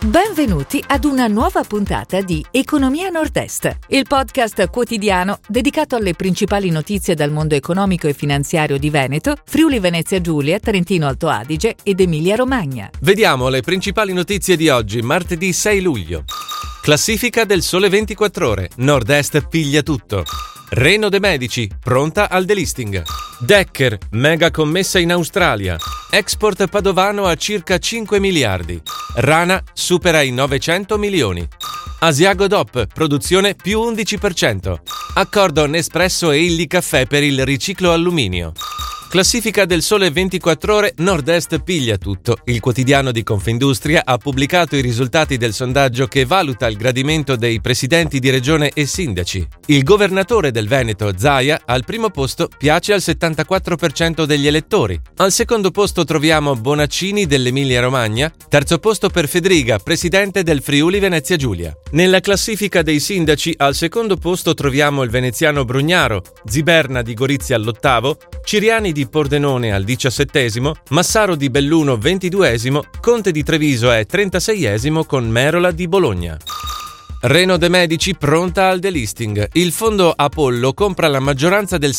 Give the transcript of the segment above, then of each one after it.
Benvenuti ad una nuova puntata di Economia Nord-Est, il podcast quotidiano dedicato alle principali notizie dal mondo economico e finanziario di Veneto, Friuli Venezia Giulia, Trentino Alto Adige ed Emilia Romagna. Vediamo le principali notizie di oggi, martedì 6 luglio. Classifica del Sole 24 Ore. Nord-Est piglia tutto. Reno De Medici, pronta al delisting. Decker, mega commessa in Australia. Export padovano a circa 5 miliardi. Rana supera i 900 milioni. Asiago DOP, produzione più 11%. Accordo Nespresso e Illy Caffè per il riciclo alluminio. Classifica del Sole 24 Ore, Nord-Est piglia tutto. Il quotidiano di Confindustria ha pubblicato i risultati del sondaggio che valuta il gradimento dei presidenti di regione e sindaci. Il governatore del Veneto, Zaia, al primo posto piace al 74% degli elettori. Al secondo posto troviamo Bonaccini dell'Emilia Romagna, terzo posto per Fedriga, presidente del Friuli Venezia Giulia. Nella classifica dei sindaci al secondo posto troviamo il veneziano Brugnaro, Ziberna di Gorizia all'8º, Ciriani di Pordenone al 17esimo, Massaro di Belluno 22esimo, Conte di Treviso è 36esimo con Merola di Bologna. Reno De Medici pronta al delisting. Il fondo Apollo compra la maggioranza del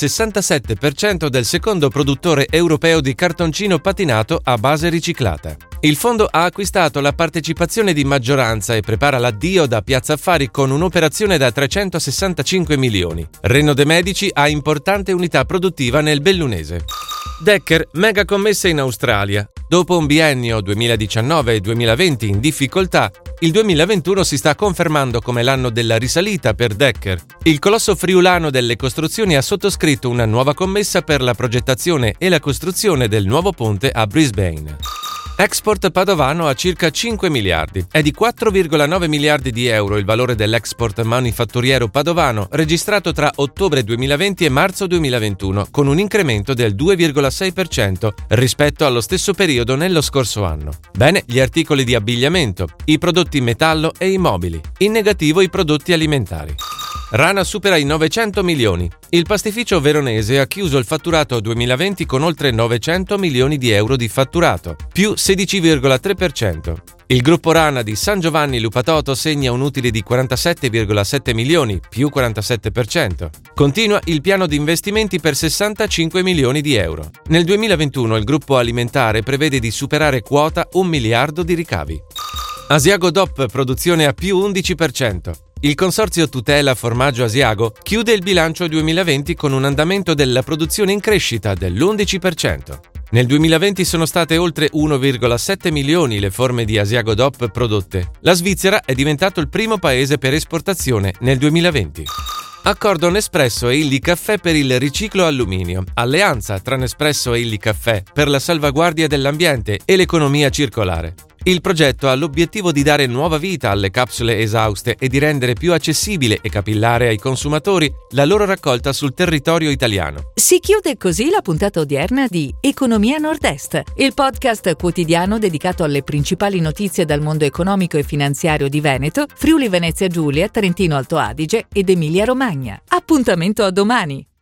67% del secondo produttore europeo di cartoncino patinato a base riciclata. Il fondo ha acquistato la partecipazione di maggioranza e prepara l'addio da Piazza Affari con un'operazione da 365 milioni. Reno De Medici ha importante unità produttiva nel bellunese. Decker, mega commessa in Australia. Dopo un biennio 2019-2020 in difficoltà, il 2021 si sta confermando come l'anno della risalita per Decker. Il colosso friulano delle costruzioni ha sottoscritto una nuova commessa per la progettazione e la costruzione del nuovo ponte a Brisbane. Export padovano a circa 5 miliardi. È di 4,9 miliardi di euro il valore dell'export manifatturiero padovano, registrato tra ottobre 2020 e marzo 2021, con un incremento del 2,6% rispetto allo stesso periodo nello scorso anno. Bene gli articoli di abbigliamento, i prodotti in metallo e i mobili. In negativo i prodotti alimentari. Rana supera i 900 milioni. Il pastificio veronese ha chiuso il fatturato 2020 con oltre 900 milioni di euro di fatturato, più 16,3%. Il gruppo Rana di San Giovanni Lupatoto segna un utile di 47,7 milioni, più 47%. Continua il piano di investimenti per 65 milioni di euro. Nel 2021 il gruppo alimentare prevede di superare quota 1 miliardo di ricavi. Asiago DOP, produzione a più 11%. Il consorzio Tutela Formaggio Asiago chiude il bilancio 2020 con un andamento della produzione in crescita dell'11%. Nel 2020 sono state oltre 1,7 milioni le forme di Asiago DOP prodotte. La Svizzera è diventato il primo paese per esportazione nel 2020. Accordo Nespresso e Illy Caffè per il riciclo alluminio. Alleanza tra Nespresso e Illy Caffè per la salvaguardia dell'ambiente e l'economia circolare. Il progetto ha l'obiettivo di dare nuova vita alle capsule esauste e di rendere più accessibile e capillare ai consumatori la loro raccolta sul territorio italiano. Si chiude così la puntata odierna di Economia Nord-Est, il podcast quotidiano dedicato alle principali notizie dal mondo economico e finanziario di Veneto, Friuli Venezia Giulia, Trentino Alto Adige ed Emilia Romagna. Appuntamento a domani!